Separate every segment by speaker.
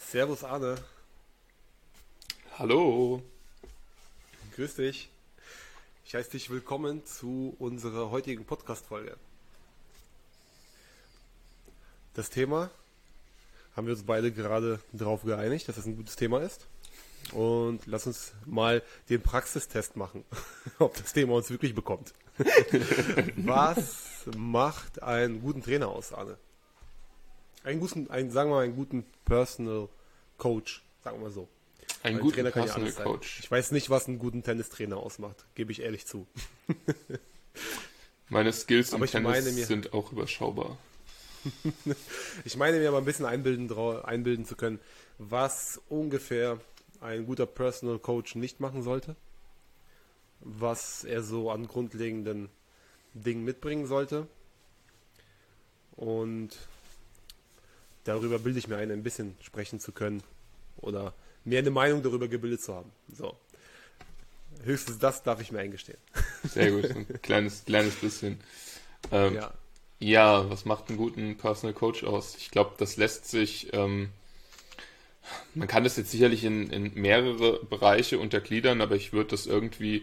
Speaker 1: Servus Arne,
Speaker 2: Hallo.
Speaker 1: grüß dich. Ich heiße dich willkommen zu unserer heutigen Podcast-Folge. Das Thema haben wir uns beide gerade darauf geeinigt, dass es ein gutes Thema ist. Und lass uns mal den Praxistest machen, ob das Thema uns wirklich bekommt. Was macht einen guten Trainer aus, Arne? Sagen wir mal, einen guten Personal Coach, sagen wir mal so.
Speaker 2: Einen
Speaker 1: Ein
Speaker 2: guten
Speaker 1: Trainer kann ja
Speaker 2: Personal
Speaker 1: alles sein.
Speaker 2: Coach.
Speaker 1: Ich weiß nicht, was einen guten Tennistrainer ausmacht, gebe ich ehrlich zu.
Speaker 2: Meine Skills
Speaker 1: Aber
Speaker 2: im
Speaker 1: ich meine
Speaker 2: Tennis
Speaker 1: mir-
Speaker 2: sind auch überschaubar.
Speaker 1: Ich meine mir aber ein bisschen einbilden zu können, was ungefähr ein guter Personal Coach nicht machen sollte, was er so an grundlegenden Dingen mitbringen sollte. Und darüber bilde ich mir ein bisschen sprechen zu können oder mir eine Meinung darüber gebildet zu haben. So. Höchstens das darf ich mir eingestehen.
Speaker 2: Sehr gut, ein kleines bisschen.
Speaker 1: Ja.
Speaker 2: Ja, was macht einen guten Personal Coach aus? Ich glaube, das lässt sich, man kann das jetzt sicherlich in mehrere Bereiche untergliedern, aber ich würde das irgendwie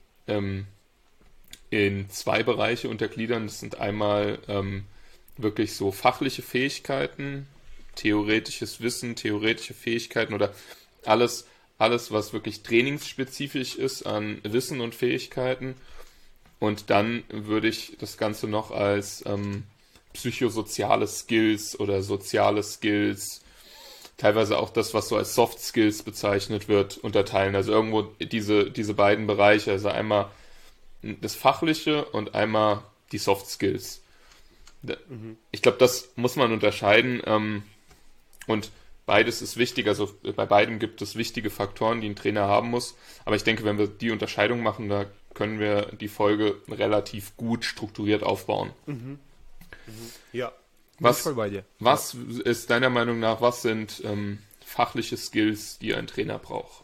Speaker 2: in zwei Bereiche untergliedern. Das sind einmal wirklich so fachliche Fähigkeiten, theoretisches Wissen, theoretische Fähigkeiten oder alles, was wirklich trainingsspezifisch ist an Wissen und Fähigkeiten. Und dann würde ich das Ganze noch als psychosoziale Skills oder soziale Skills, teilweise auch das, was so als Soft Skills bezeichnet wird, unterteilen. Also irgendwo diese beiden Bereiche, also einmal das Fachliche und einmal die Soft Skills. Ich glaube, das muss man unterscheiden und beides ist wichtig, also bei beidem gibt es wichtige Faktoren, die ein Trainer haben muss, aber ich denke, wenn wir die Unterscheidung machen, da können wir die Folge relativ gut strukturiert aufbauen.
Speaker 1: Ja. Bin ich
Speaker 2: Was,
Speaker 1: voll bei dir.
Speaker 2: was ist deiner Meinung nach, was sind fachliche Skills, die ein Trainer braucht?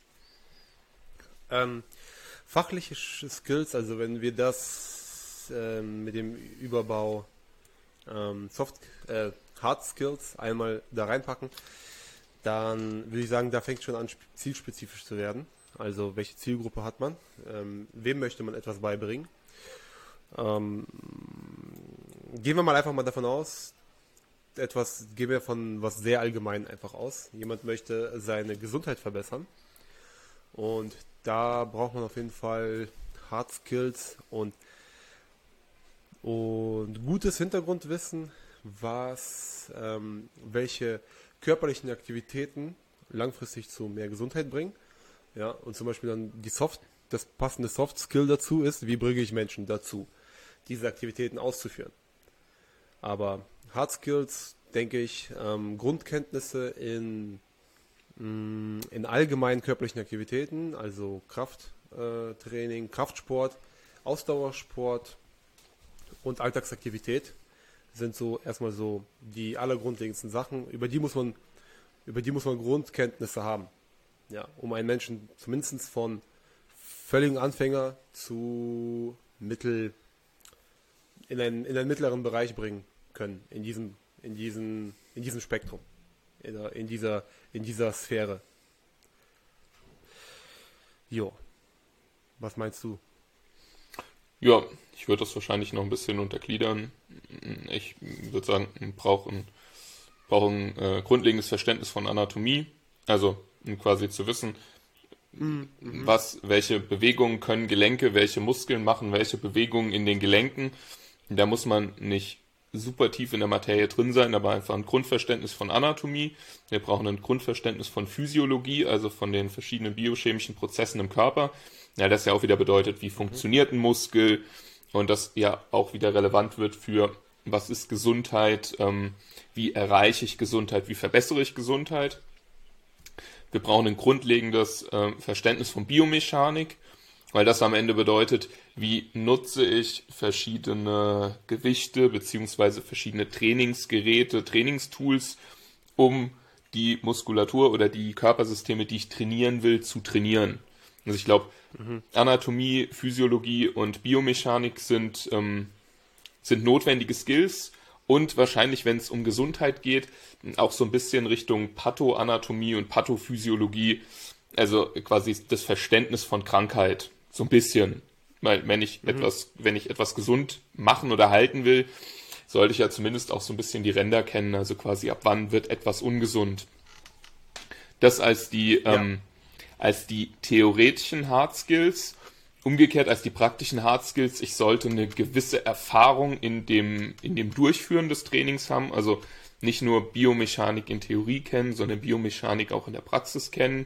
Speaker 1: Fachliche Skills, also wenn wir das mit dem Überbau Hard Skills einmal da reinpacken, dann würde ich sagen, da fängt schon an, zielspezifisch zu werden. Also welche Zielgruppe hat man? Wem möchte man etwas beibringen? Gehen wir mal einfach mal davon aus, gehen wir von was sehr allgemein einfach aus. Jemand möchte seine Gesundheit verbessern und da braucht man auf jeden Fall Hard Skills und gutes Hintergrundwissen, welche körperlichen Aktivitäten langfristig zu mehr Gesundheit bringen. Ja, und zum Beispiel dann das passende Soft Skill dazu ist, wie bringe ich Menschen dazu, diese Aktivitäten auszuführen. Aber Hard Skills, denke ich, Grundkenntnisse in allgemeinen körperlichen Aktivitäten, also Krafttraining, Kraftsport, Ausdauersport und Alltagsaktivität sind so erstmal so die allergrundlegendsten Sachen, über die muss man Grundkenntnisse haben. Ja, um einen Menschen zumindest von völligen Anfänger zu in einen mittleren Bereich bringen können, in diesem Spektrum, in dieser Sphäre. Jo, was meinst du?
Speaker 2: Ja, ich würde das wahrscheinlich noch ein bisschen untergliedern. Ich würde sagen, man braucht ein grundlegendes Verständnis von Anatomie, also um quasi zu wissen, welche Bewegungen können Gelenke, welche Muskeln machen welche Bewegungen in den Gelenken. Da muss man nicht super tief in der Materie drin sein, aber einfach ein Grundverständnis von Anatomie. Wir brauchen ein Grundverständnis von Physiologie, also von den verschiedenen biochemischen Prozessen im Körper. Ja, das ja auch wieder bedeutet, wie funktioniert ein Muskel und das ja auch wieder relevant wird für, was ist Gesundheit, wie erreiche ich Gesundheit, wie verbessere ich Gesundheit. Wir brauchen ein grundlegendes Verständnis von Biomechanik, weil das am Ende bedeutet, wie nutze ich verschiedene Gewichte beziehungsweise verschiedene Trainingsgeräte, Trainingstools, um die Muskulatur oder die Körpersysteme, die ich trainieren will, zu trainieren. Also ich glaube, Anatomie, Physiologie und Biomechanik sind notwendige Skills, und wahrscheinlich, wenn es um Gesundheit geht, auch so ein bisschen Richtung Pathoanatomie und Pathophysiologie, also quasi das Verständnis von Krankheit, so ein bisschen. Weil wenn ich etwas gesund machen oder halten will, sollte ich ja zumindest auch so ein bisschen die Ränder kennen, also quasi ab wann wird etwas ungesund. Das als die theoretischen Hard Skills. Umgekehrt als die praktischen Hard Skills, ich sollte eine gewisse Erfahrung in dem Durchführen des Trainings haben, also nicht nur Biomechanik in Theorie kennen, sondern Biomechanik auch in der Praxis kennen.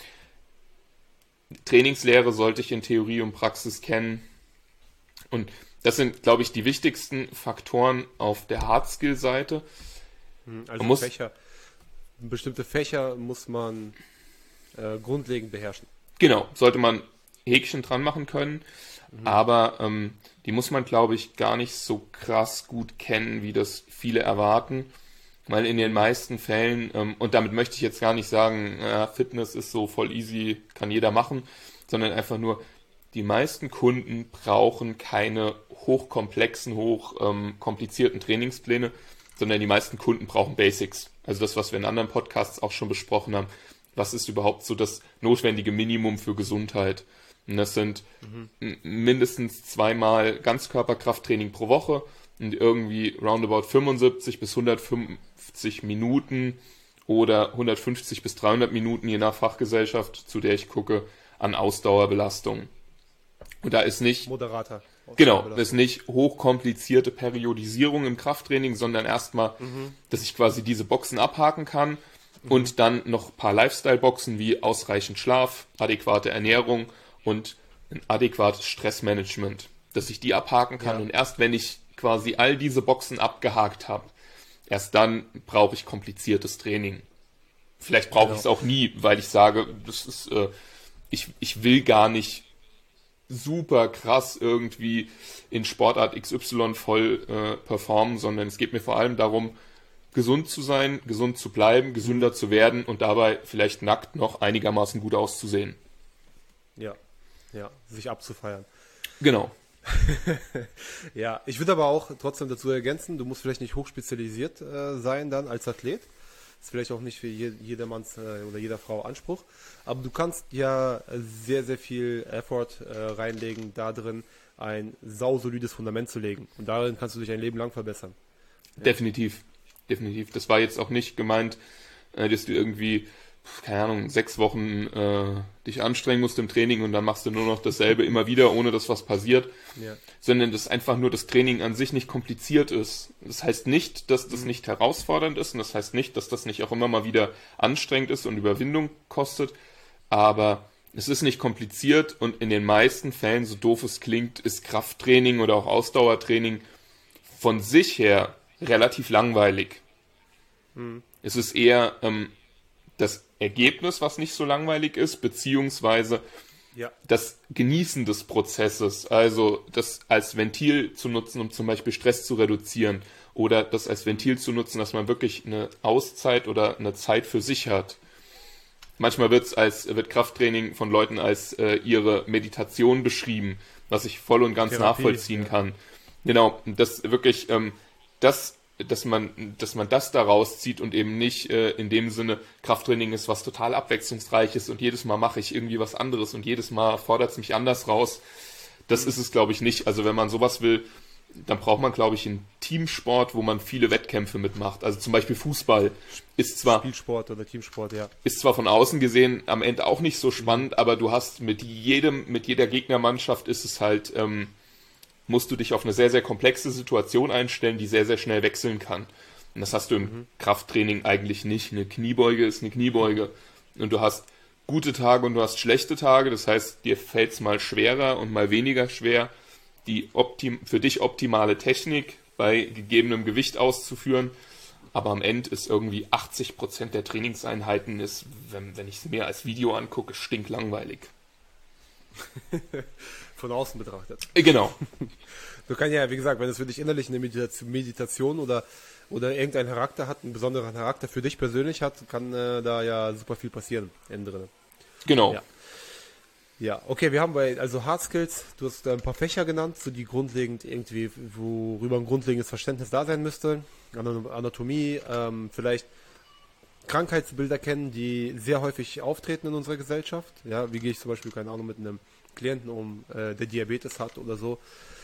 Speaker 2: Trainingslehre sollte ich in Theorie und Praxis kennen. Und das sind, glaube ich, die wichtigsten Faktoren auf der Hard-Skill-Seite.
Speaker 1: Also bestimmte Fächer muss man grundlegend beherrschen.
Speaker 2: Genau, sollte man Häkchen dran machen können, aber die muss man, glaube ich, gar nicht so krass gut kennen, wie das viele erwarten, weil in den meisten Fällen, und damit möchte ich jetzt gar nicht sagen, Fitness ist so voll easy, kann jeder machen, sondern einfach nur, die meisten Kunden brauchen keine hochkomplexen, hochkomplizierten Trainingspläne, sondern die meisten Kunden brauchen Basics. Also das, was wir in anderen Podcasts auch schon besprochen haben. Was ist überhaupt so das notwendige Minimum für Gesundheit? Und das sind mindestens 2-mal Ganzkörperkrafttraining pro Woche und irgendwie roundabout 75 bis 150 Minuten oder 150 bis 300 Minuten, je nach Fachgesellschaft, zu der ich gucke, an Ausdauerbelastung. Und da ist nicht
Speaker 1: moderater.
Speaker 2: Genau, das ist nicht hochkomplizierte Periodisierung im Krafttraining, sondern erstmal, dass ich quasi diese Boxen abhaken kann und dann noch ein paar Lifestyle-Boxen wie ausreichend Schlaf, adäquate Ernährung und ein adäquates Stressmanagement, dass ich die abhaken kann. Ja. Und erst wenn ich quasi all diese Boxen abgehakt habe, erst dann brauche ich kompliziertes Training. Vielleicht brauche ich es auch nie, weil ich sage, das ist, ich will gar nicht super krass irgendwie in Sportart XY voll performen, sondern es geht mir vor allem darum, gesund zu sein, gesund zu bleiben, gesünder zu werden und dabei vielleicht nackt noch einigermaßen gut auszusehen.
Speaker 1: Ja, sich abzufeiern.
Speaker 2: Genau.
Speaker 1: Ja, ich würde aber auch trotzdem dazu ergänzen, du musst vielleicht nicht hochspezialisiert sein dann als Athlet. Das ist vielleicht auch nicht für jedermanns oder jeder Frau Anspruch. Aber du kannst ja sehr, sehr viel Effort reinlegen, da drin ein sausolides Fundament zu legen. Und darin kannst du dich ein Leben lang verbessern. Ja.
Speaker 2: Definitiv. Das war jetzt auch nicht gemeint, dass du irgendwie, keine Ahnung, 6 Wochen dich anstrengen musst im Training und dann machst du nur noch dasselbe immer wieder, ohne dass was passiert. Ja. Sondern dass einfach nur das Training an sich nicht kompliziert ist. Das heißt nicht, dass das nicht herausfordernd ist und das heißt nicht, dass das nicht auch immer mal wieder anstrengend ist und Überwindung kostet, aber es ist nicht kompliziert und in den meisten Fällen, so doof es klingt, ist Krafttraining oder auch Ausdauertraining von sich her relativ langweilig. Es ist eher das Ergebnis, was nicht so langweilig ist, beziehungsweise das Genießen des Prozesses, also das als Ventil zu nutzen, um zum Beispiel Stress zu reduzieren oder das als Ventil zu nutzen, dass man wirklich eine Auszeit oder eine Zeit für sich hat. Manchmal wird Krafttraining von Leuten als ihre Meditation beschrieben, was ich voll und ganz nachvollziehen kann. Genau, das wirklich, dass man das daraus zieht und eben nicht in dem Sinne, Krafttraining ist was total Abwechslungsreiches und jedes Mal mache ich irgendwie was anderes und jedes Mal fordert es mich anders raus. Das ist es, glaube ich, nicht. Also wenn man sowas will, dann braucht man, glaube ich, einen Teamsport, wo man viele Wettkämpfe mitmacht. Also zum Beispiel Fußball ist zwar
Speaker 1: Spielsport oder Teamsport, ja.
Speaker 2: Ist zwar von außen gesehen am Ende auch nicht so spannend, aber du hast mit jeder Gegnermannschaft ist es halt, musst du dich auf eine sehr, sehr komplexe Situation einstellen, die sehr, sehr schnell wechseln kann. Und das hast du im Krafttraining eigentlich nicht. Eine Kniebeuge ist eine Kniebeuge. Und du hast gute Tage und du hast schlechte Tage. Das heißt, dir fällt es mal schwerer und mal weniger schwer, die für dich optimale Technik bei gegebenem Gewicht auszuführen. Aber am Ende ist irgendwie 80% der Trainingseinheiten, ist, wenn ich es mir als Video angucke, stinklangweilig.
Speaker 1: Von außen betrachtet.
Speaker 2: Genau.
Speaker 1: Du kannst ja, wie gesagt, wenn es für dich innerlich eine Meditation oder irgendein Charakter hat, einen besonderen Charakter für dich persönlich hat, kann da ja super viel passieren innen drin.
Speaker 2: Genau.
Speaker 1: Ja. Ja, okay, wir haben also Hard Skills, du hast ein paar Fächer genannt, so die grundlegend irgendwie, worüber ein grundlegendes Verständnis da sein müsste. Anatomie, vielleicht Krankheitsbilder kennen, die sehr häufig auftreten in unserer Gesellschaft. Ja, wie gehe ich zum Beispiel, keine Ahnung, mit einem Klienten um, der Diabetes hat oder so.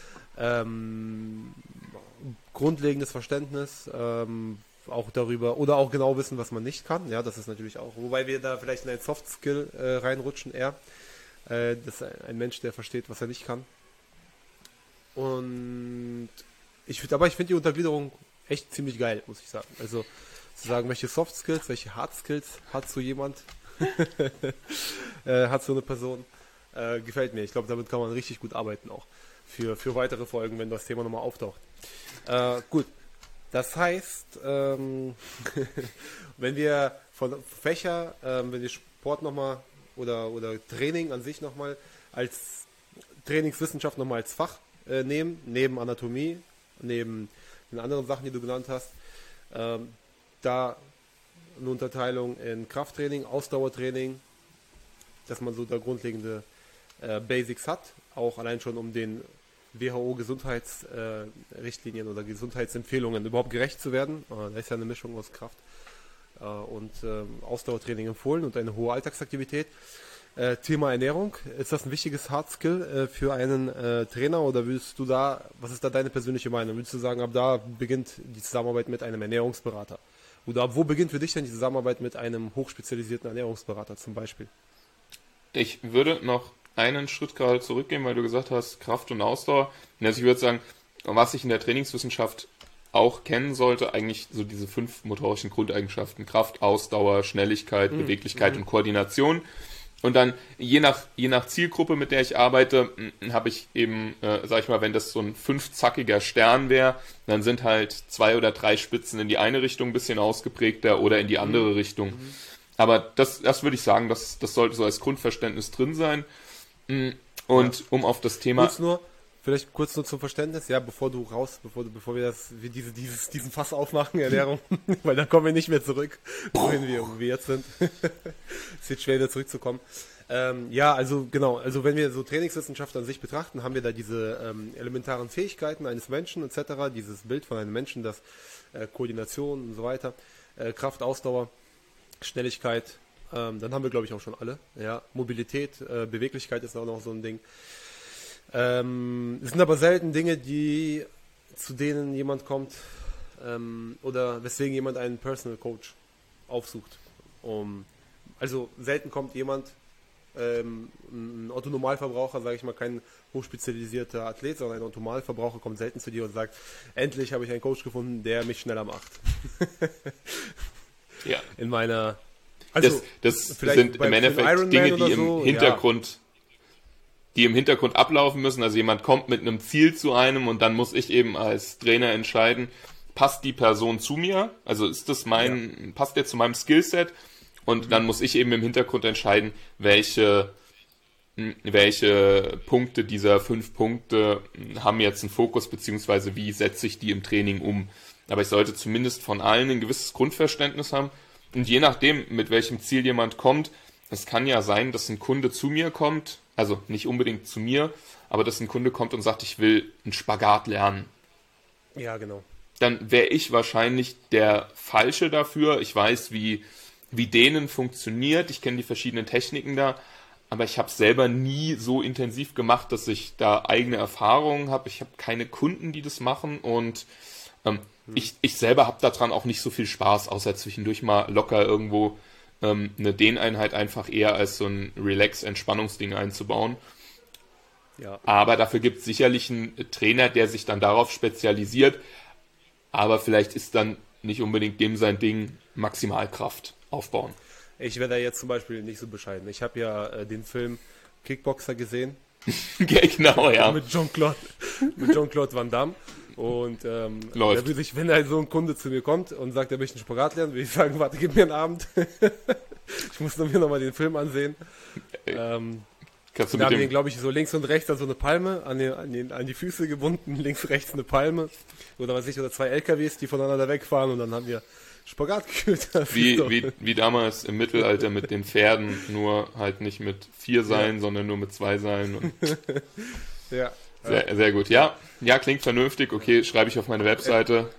Speaker 1: Grundlegendes Verständnis, auch darüber, oder auch genau wissen, was man nicht kann. Ja, das ist natürlich auch, wobei wir da vielleicht in ein Soft Skill reinrutschen eher. Das ist ein Mensch, der versteht, was er nicht kann. Und ich finde die Untergliederung echt ziemlich geil, muss ich sagen. Also zu sagen, welche Soft Skills, welche Hard Skills hat so jemand, hat so eine Person, gefällt mir. Ich glaube, damit kann man richtig gut arbeiten auch für weitere Folgen, wenn das Thema nochmal auftaucht. Gut, das heißt, wenn wir von Fächer, wenn wir Sport nochmal oder Training an sich nochmal als Trainingswissenschaft nochmal als Fach nehmen, neben Anatomie, neben den anderen Sachen, die du genannt hast, da eine Unterteilung in Krafttraining, Ausdauertraining, dass man so da grundlegende Basics hat, auch allein schon um den WHO-Gesundheitsrichtlinien oder Gesundheitsempfehlungen überhaupt gerecht zu werden. Da ist ja eine Mischung aus Kraft und Ausdauertraining empfohlen und eine hohe Alltagsaktivität. Thema Ernährung, ist das ein wichtiges Hard Skill für einen Trainer oder willst du da, was ist da deine persönliche Meinung? Willst du sagen, ab da beginnt die Zusammenarbeit mit einem Ernährungsberater? Oder ab wo beginnt für dich denn die Zusammenarbeit mit einem hochspezialisierten Ernährungsberater zum Beispiel?
Speaker 2: Ich würde noch einen Schritt gerade zurückgehen, weil du gesagt hast, Kraft und Ausdauer. Also ich würde sagen, was ich in der Trainingswissenschaft auch kennen sollte, eigentlich so diese 5 motorischen Grundeigenschaften. Kraft, Ausdauer, Schnelligkeit, Beweglichkeit und Koordination. Und dann je nach Zielgruppe, mit der ich arbeite, habe ich eben, sag ich mal, wenn das so ein 5-zackiger Stern wäre, dann sind halt 2 oder 3 Spitzen in die eine Richtung ein bisschen ausgeprägter oder in die andere Richtung. Aber das würde ich sagen, das sollte so als Grundverständnis drin sein. Und um auf das Thema...
Speaker 1: Vielleicht kurz nur zum Verständnis, ja, bevor wir diesen Fass aufmachen, Ernährung, weil dann kommen wir nicht mehr zurück, wohin wir jetzt sind. Es wird schwer, wieder zurückzukommen. Ja, also genau, also wenn wir so Trainingswissenschaft an sich betrachten, haben wir da diese elementaren Fähigkeiten eines Menschen etc., dieses Bild von einem Menschen, das Koordination und so weiter, Kraft, Ausdauer, Schnelligkeit, dann haben wir, glaube ich, auch schon alle. Ja, Mobilität, Beweglichkeit ist auch noch so ein Ding. Es sind aber selten Dinge, zu denen jemand kommt oder weswegen jemand einen Personal Coach aufsucht. Also selten kommt jemand, ein Otto-Normalverbraucher, sage ich mal, kein hochspezialisierter Athlet, sondern ein Otto-Normalverbraucher kommt selten zu dir und sagt, endlich habe ich einen Coach gefunden, der mich schneller macht.
Speaker 2: Ja.
Speaker 1: In meiner... Also,
Speaker 2: das sind im Endeffekt Dinge, die im Hintergrund... Ja. Die im Hintergrund ablaufen müssen. Also jemand kommt mit einem Ziel zu einem und dann muss ich eben als Trainer entscheiden, passt die Person zu mir? Also passt der zu meinem Skillset? Und dann muss ich eben im Hintergrund entscheiden, welche Punkte dieser 5 Punkte haben jetzt einen Fokus, beziehungsweise wie setze ich die im Training um. Aber ich sollte zumindest von allen ein gewisses Grundverständnis haben. Und je nachdem, mit welchem Ziel jemand kommt, es kann ja sein, dass ein Kunde zu mir kommt, also nicht unbedingt zu mir, aber dass ein Kunde kommt und sagt, ich will einen Spagat lernen.
Speaker 1: Ja, genau.
Speaker 2: Dann wäre ich wahrscheinlich der Falsche dafür. Ich weiß, wie denen funktioniert. Ich kenne die verschiedenen Techniken da, aber ich habe es selber nie so intensiv gemacht, dass ich da eigene Erfahrungen habe. Ich habe keine Kunden, die das machen und ich selber habe daran auch nicht so viel Spaß, außer zwischendurch mal locker irgendwo eine Dehneinheit einfach eher als so ein Relax-Entspannungsding einzubauen. Ja. Aber dafür gibt es sicherlich einen Trainer, der sich dann darauf spezialisiert, aber vielleicht ist dann nicht unbedingt dem sein Ding Maximalkraft aufbauen.
Speaker 1: Ich wäre da jetzt zum Beispiel nicht so bescheiden. Ich habe ja den Film Kickboxer gesehen.
Speaker 2: Genau, ja.
Speaker 1: Mit Jean-Claude Van Damme. Und wenn halt so ein Kunde zu mir kommt und sagt, er möchte einen Spagat lernen, würde ich sagen, warte, gib mir einen Abend. Ich muss mir nochmal den Film ansehen. Da haben den, glaube ich, so links und rechts so eine Palme an die Füße gebunden, links, rechts eine Palme oder 2 LKWs, die voneinander wegfahren und dann haben wir Spagat geübt hast.
Speaker 2: Wie damals im Mittelalter mit den Pferden, nur halt nicht mit 4 Seilen, sondern nur mit 2 Seilen. Und
Speaker 1: ja.
Speaker 2: Sehr, sehr gut. Ja, klingt vernünftig. Okay, schreibe ich auf meine Webseite.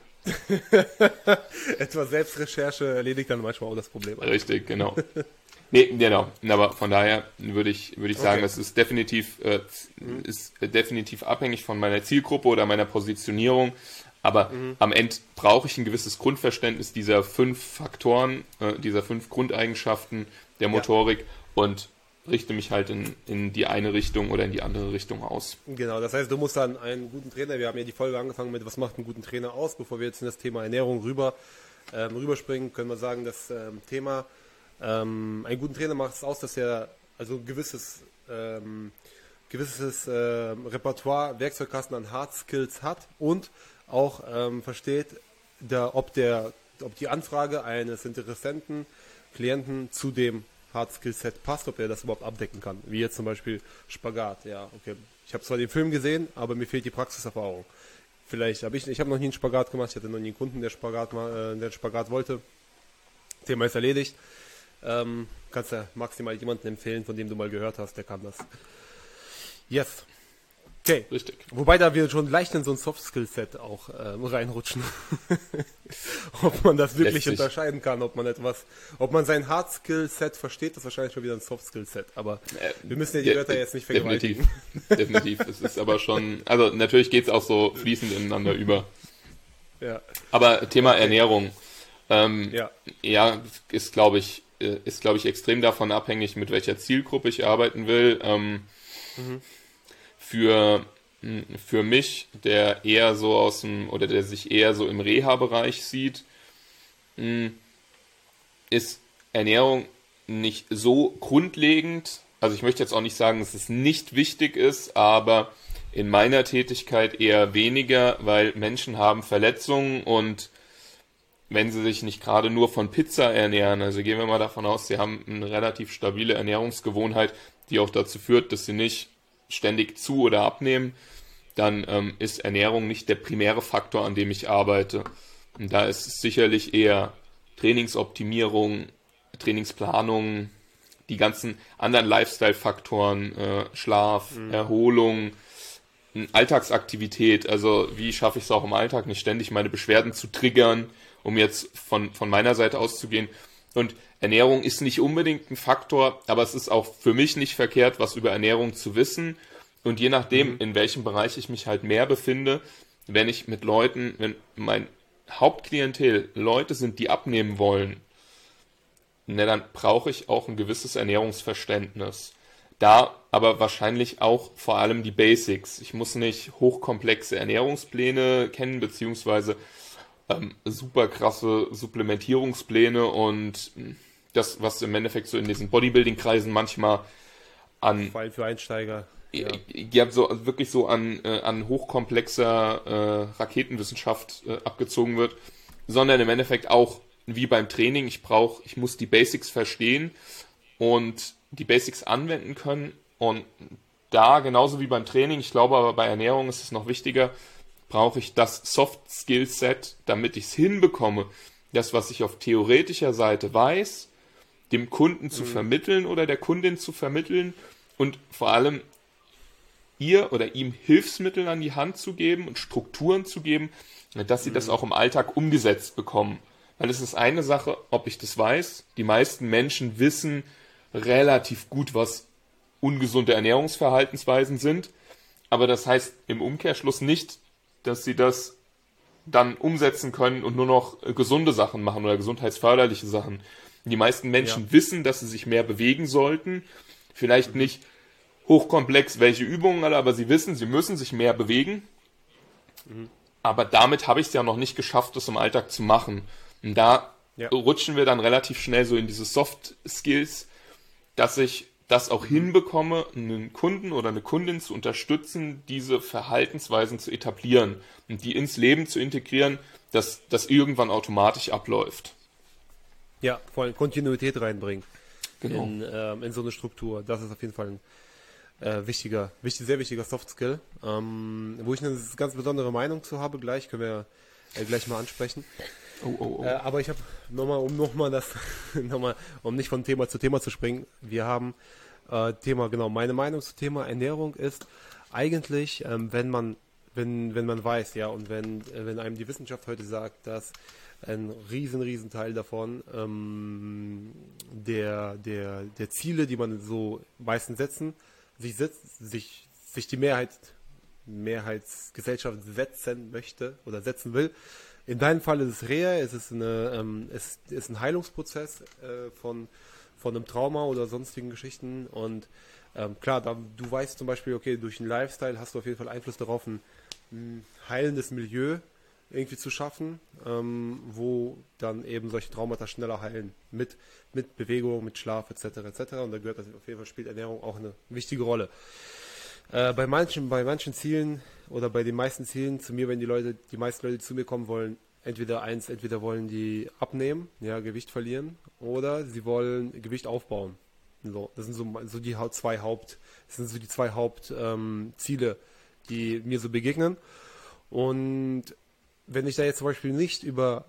Speaker 1: Etwa Selbstrecherche erledigt dann manchmal auch das Problem.
Speaker 2: Richtig, genau. Nee, genau. Aber von daher würde ich sagen, es ist definitiv abhängig von meiner Zielgruppe oder meiner Positionierung. Aber am Ende brauche ich ein gewisses Grundverständnis dieser 5 Faktoren, dieser 5 Grundeigenschaften der Motorik und richte mich halt in die eine Richtung oder in die andere Richtung aus.
Speaker 1: Genau, das heißt, du musst dann einen guten Trainer, wir haben ja die Folge angefangen mit, was macht einen guten Trainer aus, bevor wir jetzt in das Thema Ernährung rüberspringen, können wir sagen, das Thema, einen guten Trainer macht es aus, dass er also ein gewisses Repertoire, Werkzeugkasten an Hard Skills hat und auch versteht, ob die Anfrage eines Interessenten, Klienten zu dem Hard Skill Set passt, ob er das überhaupt abdecken kann. Wie jetzt zum Beispiel Spagat. Ja, okay. Ich habe zwar den Film gesehen, aber mir fehlt die Praxiserfahrung. Vielleicht habe ich habe noch nie einen Spagat gemacht, ich hatte noch nie einen Kunden, der Spagat wollte. Thema ist erledigt. Kannst ja maximal jemanden empfehlen, von dem du mal gehört hast, der kann das. Yes. Okay.
Speaker 2: Richtig.
Speaker 1: Wobei da wir schon leicht in so ein Soft-Skill-Set auch reinrutschen. Ob man das wirklich unterscheiden kann, ob man sein Hard-Skill-Set versteht, das ist wahrscheinlich schon wieder ein Soft-Skill-Set. Aber wir müssen ja die Wörter jetzt nicht vergewaltigen.
Speaker 2: Definitiv. Es ist aber schon, also natürlich geht es auch so fließend ineinander über.
Speaker 1: Ja.
Speaker 2: Aber Thema Ernährung, ist glaube ich extrem davon abhängig, mit welcher Zielgruppe ich arbeiten will. Für mich, der eher so der sich eher so im Reha-Bereich sieht, ist Ernährung nicht so grundlegend. Also ich möchte jetzt auch nicht sagen, dass es nicht wichtig ist, aber in meiner Tätigkeit eher weniger, weil Menschen haben Verletzungen und wenn sie sich nicht gerade nur von Pizza ernähren, also gehen wir mal davon aus, sie haben eine relativ stabile Ernährungsgewohnheit, die auch dazu führt, dass sie nicht ständig zu- oder abnehmen, dann ist Ernährung nicht der primäre Faktor, an dem ich arbeite. Und da ist es sicherlich eher Trainingsoptimierung, Trainingsplanung, die ganzen anderen Lifestyle-Faktoren, Schlaf, Erholung, Alltagsaktivität, also wie schaffe ich es auch im Alltag, nicht ständig meine Beschwerden zu triggern, um jetzt von meiner Seite auszugehen. Und Ernährung ist nicht unbedingt ein Faktor, aber es ist auch für mich nicht verkehrt, was über Ernährung zu wissen. Und je nachdem, in welchem Bereich ich mich halt mehr befinde, wenn mein Hauptklientel Leute sind, die abnehmen wollen, dann brauche ich auch ein gewisses Ernährungsverständnis. Da aber wahrscheinlich auch vor allem die Basics. Ich muss nicht hochkomplexe Ernährungspläne kennen, beziehungsweise super krasse Supplementierungspläne und das, was im Endeffekt so in diesen Bodybuilding-Kreisen manchmal
Speaker 1: vor allem für Einsteiger.
Speaker 2: Wirklich so an hochkomplexer Raketenwissenschaft abgezogen wird, sondern im Endeffekt auch wie beim Training, ich muss die Basics verstehen und die Basics anwenden können und da, genauso wie beim Training, ich glaube aber bei Ernährung ist es noch wichtiger, brauche ich das Soft-Skill-Set, damit ich es hinbekomme, das, was ich auf theoretischer Seite weiß, dem Kunden zu vermitteln oder der Kundin zu vermitteln und vor allem ihr oder ihm Hilfsmittel an die Hand zu geben und Strukturen zu geben, dass sie das auch im Alltag umgesetzt bekommen. Weil es ist eine Sache, ob ich das weiß. Die meisten Menschen wissen relativ gut, was ungesunde Ernährungsverhaltensweisen sind. Aber das heißt im Umkehrschluss nicht, dass sie das dann umsetzen können und nur noch gesunde Sachen machen oder gesundheitsförderliche Sachen. Die meisten Menschen wissen, dass sie sich mehr bewegen sollten. Vielleicht nicht hochkomplex, welche Übungen alle, aber sie wissen, sie müssen sich mehr bewegen. Aber damit habe ich es ja noch nicht geschafft, das im Alltag zu machen. Und da rutschen wir dann relativ schnell so in diese Soft Skills, dass ich das auch hinbekomme, einen Kunden oder eine Kundin zu unterstützen, diese Verhaltensweisen zu etablieren und die ins Leben zu integrieren, dass das irgendwann automatisch abläuft.
Speaker 1: Ja, vor allem Kontinuität reinbringen
Speaker 2: Genau.
Speaker 1: in so eine Struktur. Das ist auf jeden Fall ein sehr wichtiger Soft Skill, wo ich eine ganz besondere Meinung zu habe, können wir gleich mal ansprechen. Aber ich habe um nicht von Thema zu Thema zu springen, wir haben meine Meinung zum Thema Ernährung ist eigentlich, wenn man weiß, ja, und wenn einem die Wissenschaft heute sagt, dass ein riesen Teil davon der Ziele, die man so meistens sich die Mehrheitsgesellschaft setzen möchte oder setzen will. In deinem Fall ist es Reha, es ist ein Heilungsprozess von einem Trauma oder sonstigen Geschichten und klar, du weißt zum Beispiel, okay, durch den Lifestyle hast du auf jeden Fall Einfluss darauf, ein heilendes Milieu irgendwie zu schaffen, wo dann eben solche Traumata schneller heilen, mit Bewegung, mit Schlaf etc. Und da gehört auf jeden Fall, spielt Ernährung auch eine wichtige Rolle. Bei manchen Zielen oder bei den meisten Zielen zu mir, wenn die meisten Leute, die zu mir kommen wollen, entweder wollen die abnehmen, ja, Gewicht verlieren, oder sie wollen Gewicht aufbauen. So, das sind so die zwei Hauptziele, die mir so begegnen. Und wenn ich da jetzt zum Beispiel nicht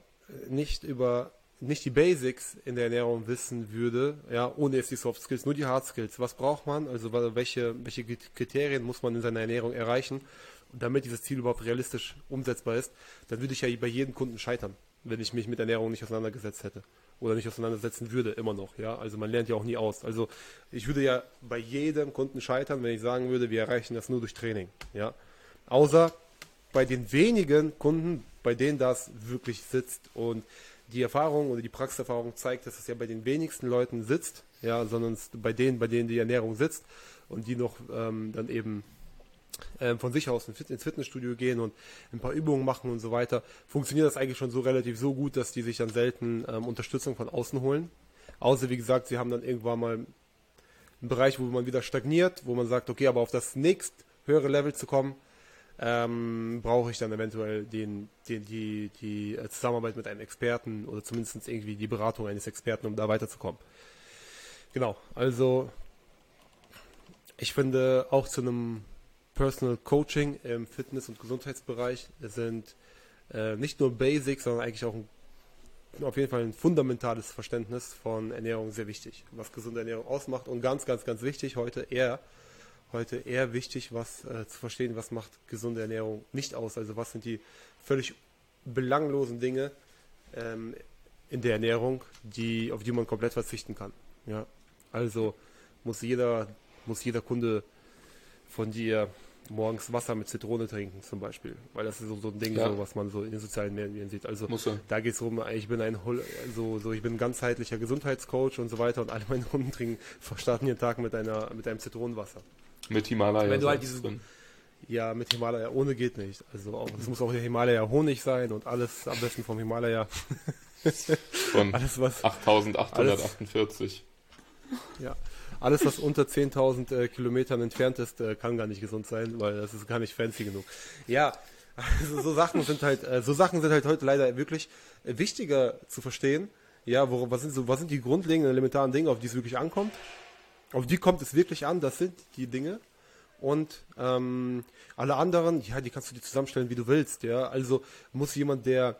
Speaker 1: die Basics in der Ernährung wissen würde, ja, ohne jetzt die Soft Skills, nur die Hard Skills, was braucht man, also welche Kriterien muss man in seiner Ernährung erreichen, damit dieses Ziel überhaupt realistisch umsetzbar ist, dann würde ich ja bei jedem Kunden scheitern, wenn ich mich mit Ernährung nicht auseinandergesetzt hätte oder nicht auseinandersetzen würde, immer noch, ja, also man lernt ja auch nie aus, also ich würde ja bei jedem Kunden scheitern, wenn ich sagen würde, wir erreichen das nur durch Training, ja, außer bei den wenigen Kunden, bei denen das wirklich sitzt und die Erfahrung oder die Praxiserfahrung zeigt, dass es ja bei den wenigsten Leuten sitzt, ja, sondern bei denen die Ernährung sitzt und die noch dann eben von sich aus ins Fitnessstudio gehen und ein paar Übungen machen und so weiter, funktioniert das eigentlich schon so relativ so gut, dass die sich dann selten Unterstützung von außen holen. Außer, wie gesagt, sie haben dann irgendwann mal einen Bereich, wo man wieder stagniert, wo man sagt, okay, aber auf das nächst höhere Level zu kommen, brauche ich dann eventuell die Zusammenarbeit mit einem Experten oder zumindest irgendwie die Beratung eines Experten, um da weiterzukommen. Genau, also ich finde auch zu einem Personal Coaching im Fitness- und Gesundheitsbereich sind nicht nur Basics, sondern eigentlich auch auf jeden Fall ein fundamentales Verständnis von Ernährung sehr wichtig, was gesunde Ernährung ausmacht und ganz wichtig heute eher wichtig, was zu verstehen, was macht gesunde Ernährung nicht aus. Also was sind die völlig belanglosen Dinge in der Ernährung, auf die man komplett verzichten kann. Ja, also muss jeder Kunde von dir morgens Wasser mit Zitrone trinken zum Beispiel, weil das ist so ein Ding, ja, so, was man so in den sozialen Medien sieht. Also da geht es darum, ich bin ein ganzheitlicher Gesundheitscoach und so weiter und alle meine Kunden starten ihren Tag mit einem Zitronenwasser.
Speaker 2: Mit Himalaya.
Speaker 1: Wenn du halt drin. Ja, mit Himalaya, ohne geht nicht. Also es muss auch der Himalaya Honig sein und alles am besten vom Himalaya.
Speaker 2: Von 8.848.
Speaker 1: Ja, alles was unter 10.000 Kilometern entfernt ist, kann gar nicht gesund sein, weil das ist gar nicht fancy genug. Ja, also so Sachen sind halt heute leider wirklich wichtiger zu verstehen. Ja, was sind die grundlegenden elementaren Dinge, auf die es wirklich ankommt? Auf die kommt es wirklich an, das sind die Dinge. Und alle anderen, ja, die kannst du dir zusammenstellen, wie du willst. Ja, also muss jemand, der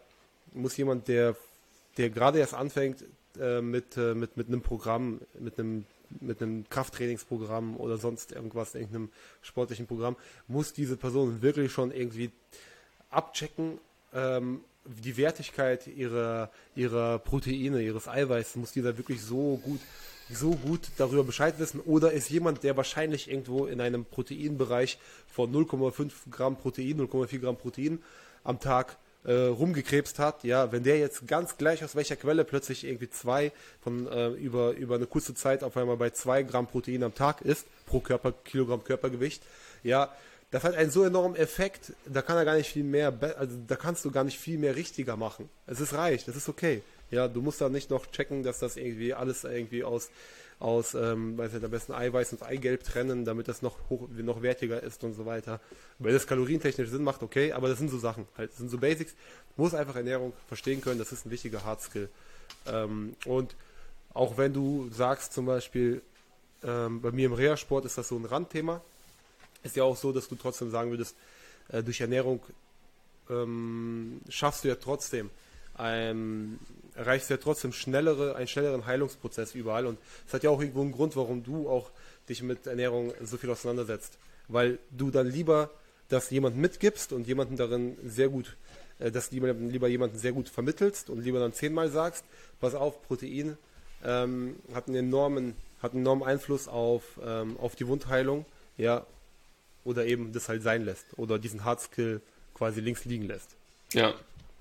Speaker 1: gerade erst anfängt mit einem Programm, mit einem Krafttrainingsprogramm oder sonst irgendeinem sportlichen Programm, muss diese Person wirklich schon irgendwie abchecken, die Wertigkeit ihrer Proteine, ihres Eiweißes, muss dieser wirklich so gut darüber Bescheid wissen, oder ist jemand, der wahrscheinlich irgendwo in einem Proteinbereich von 0,5 Gramm Protein, 0,4 Gramm Protein am Tag rumgekrebst hat, ja, wenn der jetzt ganz gleich aus welcher Quelle plötzlich irgendwie über eine kurze Zeit auf einmal bei 2 Gramm Protein am Tag ist, pro Kilogramm Körpergewicht, ja, das hat einen so enormen Effekt, da kann er gar nicht viel mehr, also da kannst du gar nicht viel mehr richtiger machen. Es reicht, das ist okay. Ja, du musst da nicht noch checken, dass das irgendwie alles irgendwie aus am besten Eiweiß und Eigelb trennen, damit das noch wertiger ist und so weiter. Weil das kalorientechnisch Sinn macht, okay, aber das sind so Sachen, halt, das sind so Basics. Du musst einfach Ernährung verstehen können, das ist ein wichtiger Hard Skill. Und auch wenn du sagst zum Beispiel, bei mir im Reha-Sport ist das so ein Randthema, ist ja auch so, dass du trotzdem sagen würdest, durch Ernährung schaffst du ja trotzdem erreichst du ja trotzdem einen schnelleren Heilungsprozess überall. Und das hat ja auch irgendwo einen Grund, warum du auch dich mit Ernährung so viel auseinandersetzt. Weil du dann lieber das jemandem mitgibst und jemanden darin sehr gut, lieber jemanden sehr gut vermittelst und lieber dann 10-mal sagst, pass auf, Protein hat einen enormen Einfluss auf die Wundheilung, ja, oder eben das halt sein lässt oder diesen Hardskill quasi links liegen lässt.
Speaker 2: Ja.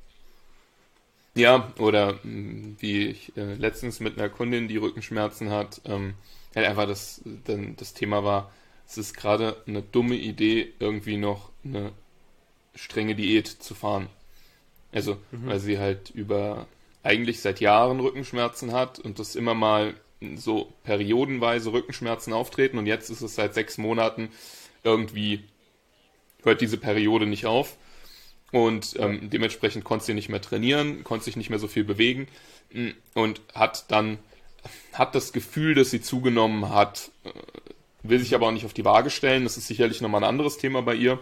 Speaker 2: Ja, oder wie ich letztens mit einer Kundin, die Rückenschmerzen hat, halt einfach das Thema war, es ist gerade eine dumme Idee, irgendwie noch eine strenge Diät zu fahren. Also, weil sie halt eigentlich seit Jahren Rückenschmerzen hat und das immer mal so periodenweise Rückenschmerzen auftreten und jetzt ist es seit 6 Monaten irgendwie, hört diese Periode nicht auf und dementsprechend konnte sie nicht mehr trainieren, konnte sich nicht mehr so viel bewegen und hat das Gefühl, dass sie zugenommen hat, will sich aber auch nicht auf die Waage stellen, das ist sicherlich nochmal ein anderes Thema bei ihr.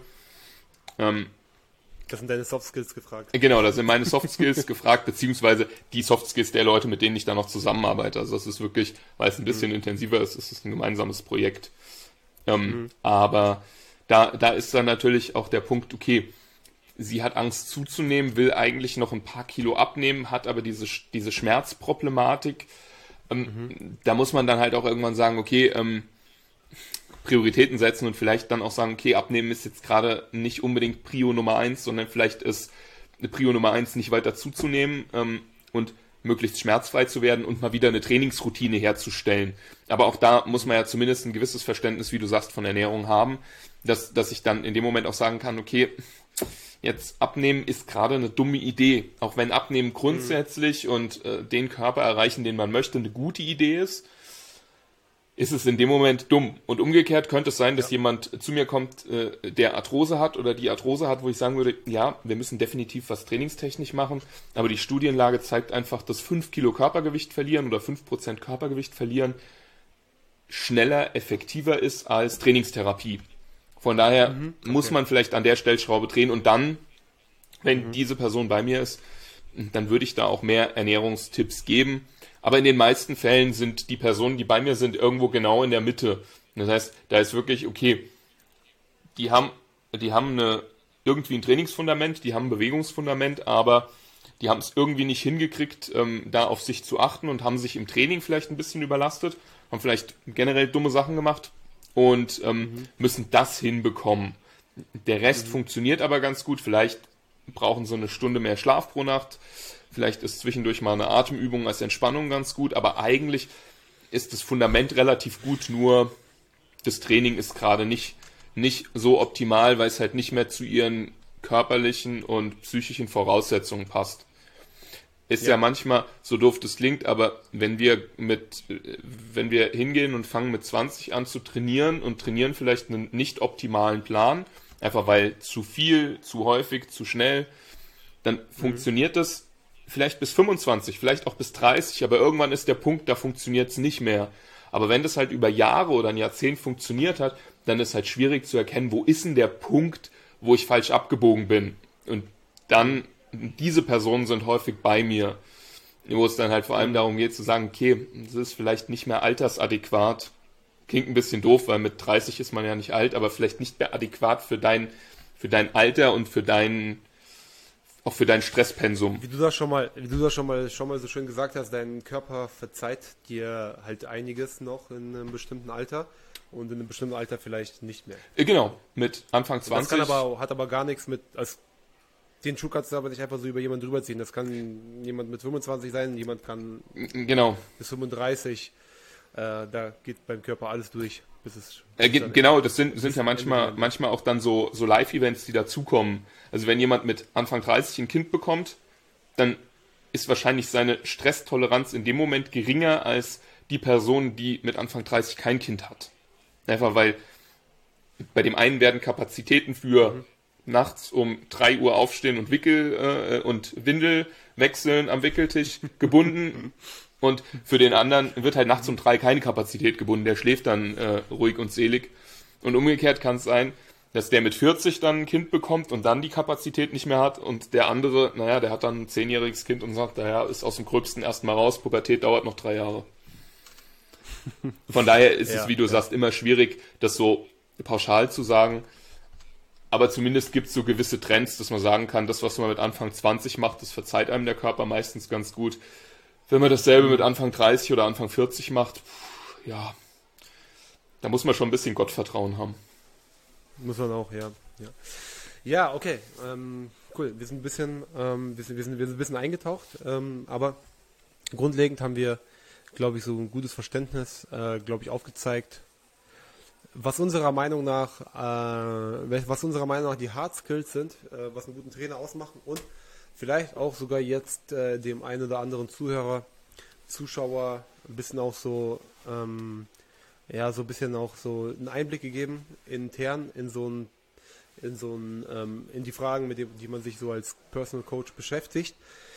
Speaker 1: Das sind deine Soft Skills gefragt.
Speaker 2: Genau, da sind meine Soft Skills gefragt, beziehungsweise die Soft Skills der Leute, mit denen ich da noch zusammenarbeite. Also das ist wirklich, weil es ein bisschen intensiver ist, ist es ein gemeinsames Projekt. Aber da ist dann natürlich auch der Punkt, okay, sie hat Angst zuzunehmen, will eigentlich noch ein paar Kilo abnehmen, hat aber diese Schmerzproblematik. Da muss man dann halt auch irgendwann sagen, okay, Prioritäten setzen und vielleicht dann auch sagen, okay, abnehmen ist jetzt gerade nicht unbedingt Prio Nummer 1, sondern vielleicht ist Prio Nummer 1 nicht weiter zuzunehmen und möglichst schmerzfrei zu werden und mal wieder eine Trainingsroutine herzustellen. Aber auch da muss man ja zumindest ein gewisses Verständnis, wie du sagst, von Ernährung haben, dass ich dann in dem Moment auch sagen kann, okay, jetzt abnehmen ist gerade eine dumme Idee. Auch wenn Abnehmen grundsätzlich und den Körper erreichen, den man möchte, eine gute Idee ist es in dem Moment dumm. Und umgekehrt könnte es sein, dass jemand zu mir kommt, der Arthrose hat oder die Arthrose hat, wo ich sagen würde, ja, wir müssen definitiv was trainingstechnisch machen, aber die Studienlage zeigt einfach, dass 5 Kilo Körpergewicht verlieren oder 5% Körpergewicht verlieren schneller, effektiver ist als Trainingstherapie. Von daher muss man vielleicht an der Stellschraube drehen und dann, wenn diese Person bei mir ist, dann würde ich da auch mehr Ernährungstipps geben. Aber in den meisten Fällen sind die Personen, die bei mir sind, irgendwo genau in der Mitte. Das heißt, da ist wirklich, okay, die haben irgendwie ein Trainingsfundament, die haben ein Bewegungsfundament, aber die haben es irgendwie nicht hingekriegt, da auf sich zu achten und haben sich im Training vielleicht ein bisschen überlastet, haben vielleicht generell dumme Sachen gemacht und müssen das hinbekommen. Der Rest funktioniert aber ganz gut. Vielleicht brauchen sie eine Stunde mehr Schlaf pro Nacht. Vielleicht ist zwischendurch mal eine Atemübung als Entspannung ganz gut, aber eigentlich ist das Fundament relativ gut, nur das Training ist gerade nicht so optimal, weil es halt nicht mehr zu ihren körperlichen und psychischen Voraussetzungen passt. Ist ja manchmal, so doof das klingt, aber wenn wir hingehen und fangen mit 20 an zu trainieren und trainieren vielleicht einen nicht optimalen Plan, einfach weil zu viel, zu häufig, zu schnell, dann funktioniert das vielleicht bis 25, vielleicht auch bis 30, aber irgendwann ist der Punkt, da funktioniert es nicht mehr. Aber wenn das halt über Jahre oder ein Jahrzehnt funktioniert hat, dann ist halt schwierig zu erkennen, wo ist denn der Punkt, wo ich falsch abgebogen bin. Und dann, diese Personen sind häufig bei mir, wo es dann halt vor allem darum geht zu sagen, okay, das ist vielleicht nicht mehr altersadäquat. Klingt ein bisschen doof, weil mit 30 ist man ja nicht alt, aber vielleicht nicht mehr adäquat für dein Alter und auch für dein Stresspensum.
Speaker 1: Wie du das schon mal so schön gesagt hast, dein Körper verzeiht dir halt einiges noch in einem bestimmten Alter und in einem bestimmten Alter vielleicht nicht mehr.
Speaker 2: Genau, mit Anfang 20.
Speaker 1: Das hat aber gar nichts mit, den Schuh kannst du aber nicht einfach so über jemanden drüber ziehen. Das kann jemand mit 25 sein, jemand kann bis 35. Da geht beim Körper alles durch.
Speaker 2: Genau, das sind ja manchmal auch dann so Live-Events, die dazukommen. Also wenn jemand mit Anfang 30 ein Kind bekommt, dann ist wahrscheinlich seine Stresstoleranz in dem Moment geringer als die Person, die mit Anfang 30 kein Kind hat. Einfach weil bei dem einen werden Kapazitäten für nachts um 3 Uhr aufstehen und Windel wechseln am Wickeltisch gebunden. Und für den anderen wird halt nachts um 3 keine Kapazität gebunden, der schläft dann ruhig und selig. Und umgekehrt kann es sein, dass der mit 40 dann ein Kind bekommt und dann die Kapazität nicht mehr hat und der andere, naja, der hat dann ein 10-jähriges Kind und sagt, naja, ist aus dem Gröbsten erstmal raus, Pubertät dauert noch 3 Jahre. Von daher ist es, wie du sagst, immer schwierig, das so pauschal zu sagen, aber zumindest gibt es so gewisse Trends, dass man sagen kann, das, was man mit Anfang 20 macht, das verzeiht einem der Körper meistens ganz gut. Wenn man dasselbe mit Anfang 30 oder Anfang 40 macht, ja, da muss man schon ein bisschen Gottvertrauen haben.
Speaker 1: Muss man auch, ja. Ja, okay. Cool. Wir sind ein bisschen eingetaucht, aber grundlegend haben wir, glaube ich, so ein gutes Verständnis, glaube ich, aufgezeigt, was unserer Meinung nach die Hard Skills sind, was einen guten Trainer ausmachen und vielleicht auch sogar jetzt dem einen oder anderen Zuschauer ein bisschen auch so so ein bisschen auch so einen Einblick gegeben intern in die Fragen, mit denen, die man sich so als Personal Coach beschäftigt.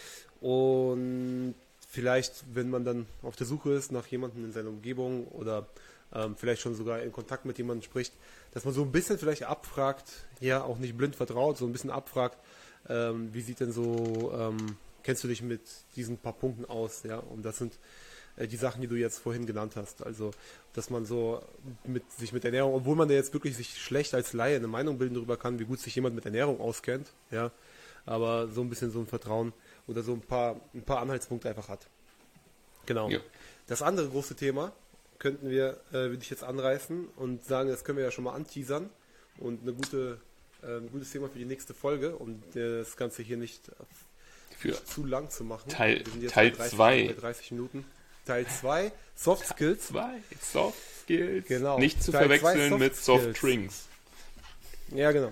Speaker 1: Und vielleicht, wenn man dann auf der Suche ist nach jemandem in seiner Umgebung oder vielleicht schon sogar in Kontakt mit jemandem spricht, dass man so ein bisschen vielleicht abfragt, ja, auch nicht blind vertraut, so ein bisschen abfragt, wie sieht denn so, kennst du dich mit diesen paar Punkten aus, ja, und das sind die Sachen, die du jetzt vorhin genannt hast, also, dass man so sich mit Ernährung, obwohl man ja jetzt wirklich sich schlecht als Laie eine Meinung bilden darüber kann, wie gut sich jemand mit Ernährung auskennt, ja, aber so ein bisschen so ein Vertrauen oder so ein paar Anhaltspunkte einfach hat. Genau. Ja. Das andere große Thema würde ich jetzt anreißen und sagen, das können wir ja schon mal anteasern und ein gutes Thema für die nächste Folge, um das Ganze hier nicht zu lang zu machen.
Speaker 2: Teil 2.
Speaker 1: 30 Minuten. Teil 2, Soft Skills.
Speaker 2: Soft Skills.
Speaker 1: Genau.
Speaker 2: Nicht zu verwechseln mit Soft Drinks.
Speaker 1: Ja, genau.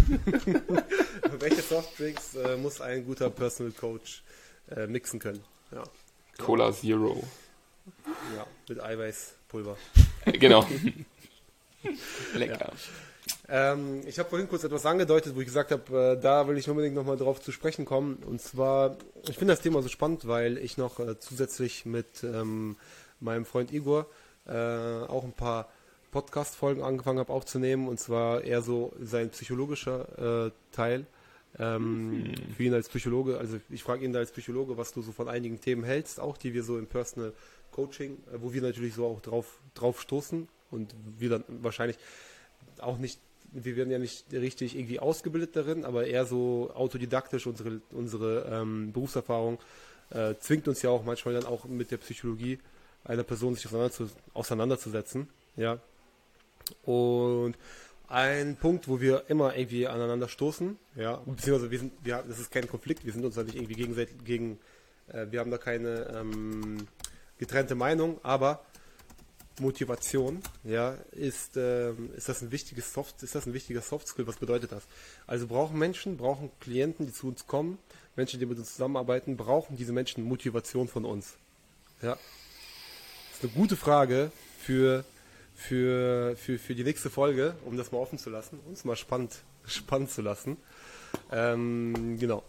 Speaker 1: Welche Soft Drinks muss ein guter Personal Coach mixen können? Ja.
Speaker 2: Cola Zero.
Speaker 1: Ja, mit Eiweißpulver.
Speaker 2: Genau. Lecker.
Speaker 1: Ja. Ich habe vorhin kurz etwas angedeutet, wo ich gesagt habe, da will ich unbedingt nochmal drauf zu sprechen kommen. Und zwar, ich finde das Thema so spannend, weil ich noch zusätzlich mit meinem Freund Igor auch ein paar Podcast-Folgen angefangen habe aufzunehmen. Und zwar eher so sein psychologischer Teil. Für ihn als Psychologe, also ich frage ihn da als Psychologe, was du so von einigen Themen hältst, auch die wir so im Personal Coaching, wo wir natürlich so auch drauf stoßen und wir dann wahrscheinlich auch nicht, wir werden ja nicht richtig irgendwie ausgebildet darin, aber eher so autodidaktisch unsere Berufserfahrung zwingt uns ja auch manchmal dann auch mit der Psychologie einer Person sich auseinanderzusetzen, ja. Und ein Punkt, wo wir immer irgendwie aneinander stoßen, ja, beziehungsweise das ist kein Konflikt, wir sind uns da nicht irgendwie gegenseitig wir haben da keine getrennte Meinung, aber Motivation, ja, ist das ein wichtiger Soft Skill? Was bedeutet das? Also brauchen Klienten, die zu uns kommen, Menschen, die mit uns zusammenarbeiten, brauchen diese Menschen Motivation von uns? Ja, das ist eine gute Frage für die nächste Folge, um das mal offen zu lassen, uns mal spannend zu lassen. Genau.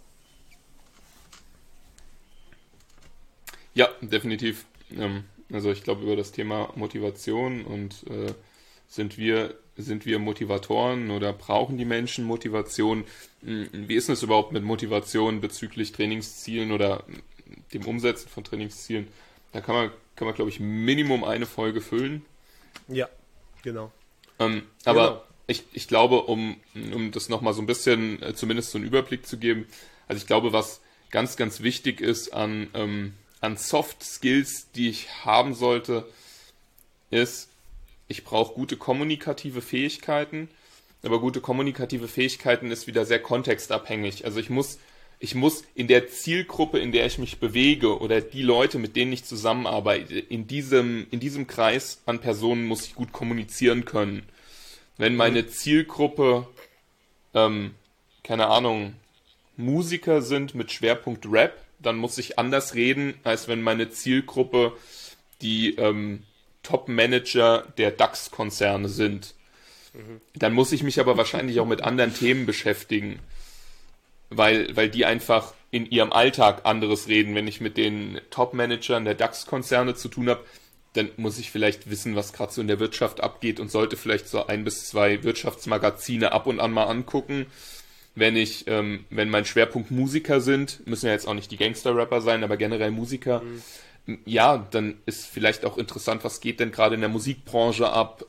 Speaker 2: Ja, definitiv. Also ich glaube, über das Thema Motivation und sind wir Motivatoren oder brauchen die Menschen Motivation? Wie ist es überhaupt mit Motivation bezüglich Trainingszielen oder dem Umsetzen von Trainingszielen? Da kann man glaube ich, Minimum eine Folge füllen.
Speaker 1: Ja, genau.
Speaker 2: Aber genau. Ich glaube, um das nochmal so ein bisschen, zumindest so einen Überblick zu geben, also ich glaube, was ganz, ganz wichtig ist an Soft Skills, die ich haben sollte, ist, ich brauche gute kommunikative Fähigkeiten, aber gute kommunikative Fähigkeiten ist wieder sehr kontextabhängig. Also ich muss in der Zielgruppe, in der ich mich bewege oder die Leute, mit denen ich zusammenarbeite, in diesem Kreis an Personen muss ich gut kommunizieren können. Wenn meine Zielgruppe, keine Ahnung, Musiker sind mit Schwerpunkt Rap, dann muss ich anders reden, als wenn meine Zielgruppe die Top-Manager der DAX-Konzerne sind. Dann muss ich mich aber wahrscheinlich auch mit anderen Themen beschäftigen. Weil die einfach in ihrem Alltag anderes reden. Wenn ich mit den Top-Managern der DAX-Konzerne zu tun habe, dann muss ich vielleicht wissen, was gerade so in der Wirtschaft abgeht und sollte vielleicht so 1 bis 2 Wirtschaftsmagazine ab und an mal angucken. Wenn mein Schwerpunkt Musiker sind, müssen ja jetzt auch nicht die Gangster-Rapper sein, aber generell Musiker, ja, dann ist vielleicht auch interessant, was geht denn gerade in der Musikbranche ab,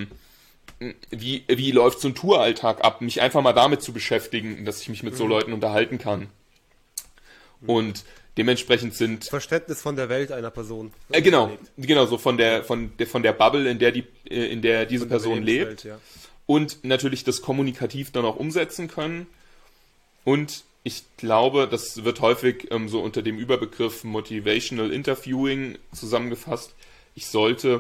Speaker 2: wie läuft so ein Touralltag ab, mich einfach mal damit zu beschäftigen, dass ich mich mit so Leuten unterhalten kann. Und dementsprechend sind...
Speaker 1: Verständnis von der Welt einer Person.
Speaker 2: Genau, so von der Bubble, in der diese Person lebt.
Speaker 1: Ja.
Speaker 2: Und natürlich das kommunikativ dann auch umsetzen können. Und ich glaube, das wird häufig so unter dem Überbegriff Motivational Interviewing zusammengefasst. Ich sollte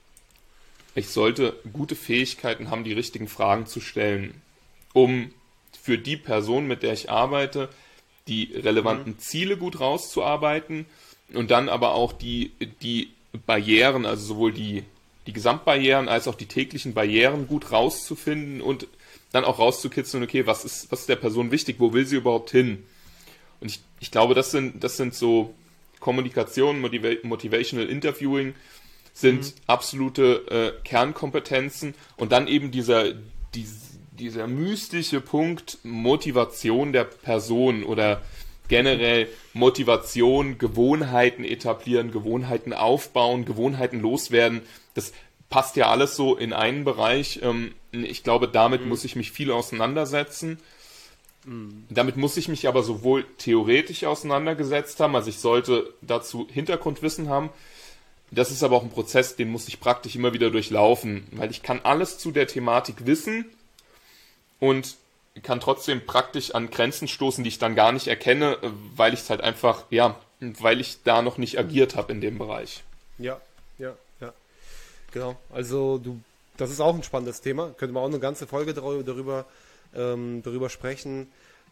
Speaker 2: gute Fähigkeiten haben, die richtigen Fragen zu stellen, um für die Person, mit der ich arbeite, die relevanten Ziele gut rauszuarbeiten und dann aber auch die Barrieren, also sowohl die Gesamtbarrieren als auch die täglichen Barrieren gut rauszufinden und dann auch rauszukitzeln, okay, was ist der Person wichtig, wo will sie überhaupt hin? Und ich glaube, das sind so Kommunikation, Motivational Interviewing sind absolute Kernkompetenzen und dann eben dieser mystische Punkt Motivation der Person oder generell Motivation, Gewohnheiten etablieren, Gewohnheiten aufbauen, Gewohnheiten loswerden, das passt ja alles so in einen Bereich. Ich glaube, damit muss ich mich viel auseinandersetzen. Damit muss ich mich aber sowohl theoretisch auseinandergesetzt haben, also ich sollte dazu Hintergrundwissen haben. Das ist aber auch ein Prozess, den muss ich praktisch immer wieder durchlaufen, weil ich kann alles zu der Thematik wissen und kann trotzdem praktisch an Grenzen stoßen, die ich dann gar nicht erkenne, weil ich es halt einfach, weil ich da noch nicht agiert habe in dem Bereich.
Speaker 1: Ja. Genau, also das ist auch ein spannendes Thema. Könnte man auch eine ganze Folge darüber sprechen,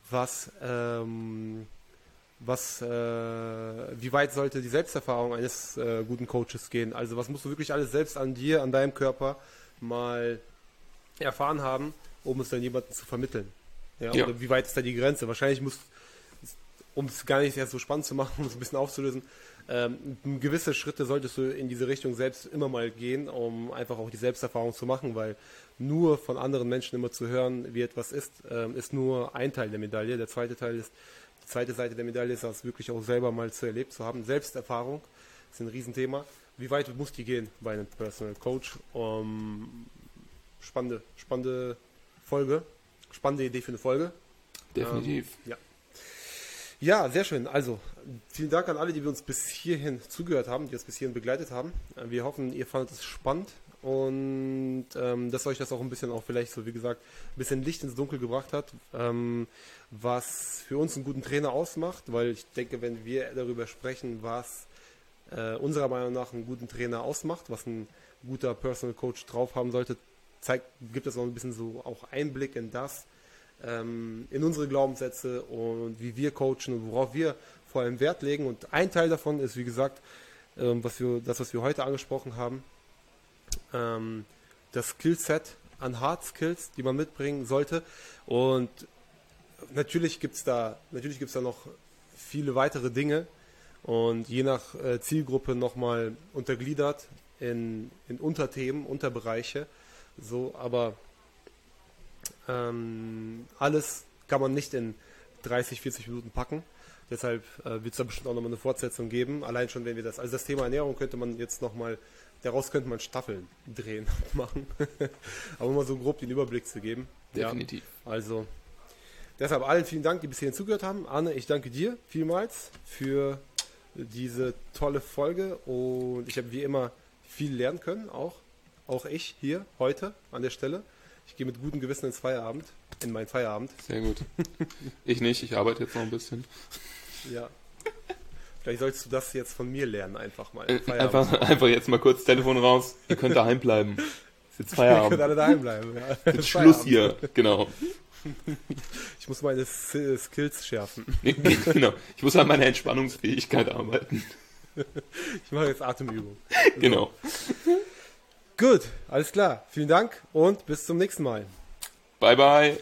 Speaker 1: wie weit sollte die Selbsterfahrung eines guten Coaches gehen? Also was musst du wirklich alles selbst an dir, an deinem Körper mal erfahren haben, um es dann jemandem zu vermitteln? Ja. Oder wie weit ist da die Grenze? Wahrscheinlich um es gar nicht erst so spannend zu machen, um es ein bisschen aufzulösen, gewisse Schritte solltest du in diese Richtung selbst immer mal gehen, um einfach auch die Selbsterfahrung zu machen, weil nur von anderen Menschen immer zu hören, wie etwas ist nur ein Teil der Medaille. Die zweite Seite der Medaille ist, das wirklich auch selber mal erlebt zu haben. Selbsterfahrung ist ein Riesenthema. Wie weit muss die gehen bei einem Personal Coach? Spannende Folge. Spannende Idee für eine Folge.
Speaker 2: Definitiv.
Speaker 1: Ja, sehr schön. Also, vielen Dank an alle, die uns bis hierhin zugehört haben, die uns bis hierhin begleitet haben. Wir hoffen, ihr fandet es spannend und dass euch das auch ein bisschen auch vielleicht so, wie gesagt, ein bisschen Licht ins Dunkel gebracht hat, was für uns einen guten Trainer ausmacht, weil ich denke, wenn wir darüber sprechen, was unserer Meinung nach einen guten Trainer ausmacht, was ein guter Personal Coach drauf haben sollte, gibt es auch ein bisschen so auch Einblick in das, in unsere Glaubenssätze und wie wir coachen und worauf wir vor allem Wert legen. Und ein Teil davon ist, wie gesagt, was wir heute angesprochen haben, das Skillset an Hard Skills, die man mitbringen sollte. Und natürlich gibt's da noch viele weitere Dinge und je nach Zielgruppe nochmal untergliedert in Unterthemen, Unterbereiche. So, aber alles kann man nicht in 30, 40 Minuten packen. Deshalb wird es da bestimmt auch nochmal eine Fortsetzung geben. Allein schon, wenn wir das Thema Ernährung könnte man jetzt nochmal, daraus könnte man Staffeln drehen, machen. Aber um mal so grob den Überblick zu geben.
Speaker 2: Definitiv.
Speaker 1: Ja, also, deshalb allen vielen Dank, die bis hierhin zugehört haben. Arne, ich danke dir vielmals für diese tolle Folge und ich habe wie immer viel lernen können, auch ich hier heute an der Stelle. Ich gehe mit gutem Gewissen in meinen Feierabend.
Speaker 2: Sehr gut. Ich nicht, ich arbeite jetzt noch ein bisschen.
Speaker 1: Ja. Vielleicht solltest du das jetzt von mir lernen, einfach mal.
Speaker 2: Einfach jetzt mal kurz Telefon raus. Ihr könnt daheim bleiben. Ist jetzt Feierabend.
Speaker 1: Ihr könnt alle daheim bleiben. Ja.
Speaker 2: Jetzt Schluss hier, genau.
Speaker 1: Ich muss meine Skills schärfen.
Speaker 2: Genau. Ich muss an meiner Entspannungsfähigkeit arbeiten.
Speaker 1: Ich mache jetzt Atemübung.
Speaker 2: Genau.
Speaker 1: Gut, alles klar. Vielen Dank und bis zum nächsten Mal.
Speaker 2: Bye, bye.